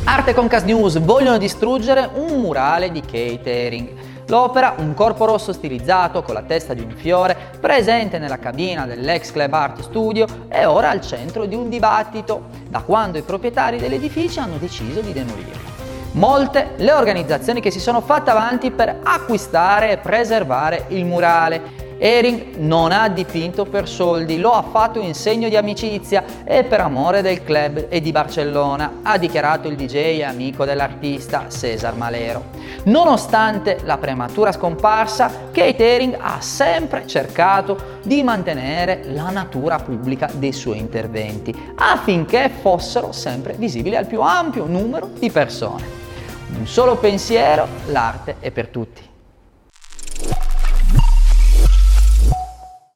Arte Concast News vogliono distruggere un murale di Keith Haring. L'opera, un corpo rosso stilizzato con la testa di un fiore, presente nella cabina dell'ex Club Art Studio, è ora al centro di un dibattito, da quando i proprietari dell'edificio hanno deciso di demolirlo. Molte le organizzazioni che si sono fatte avanti per acquistare e preservare il murale. Haring non ha dipinto per soldi, lo ha fatto in segno di amicizia e per amore del club e di Barcellona, ha dichiarato il DJ e amico dell'artista César Malero. Nonostante la prematura scomparsa, Keith Haring ha sempre cercato di mantenere la natura pubblica dei suoi interventi, affinché fossero sempre visibili al più ampio numero di persone. Un solo pensiero: l'arte è per tutti.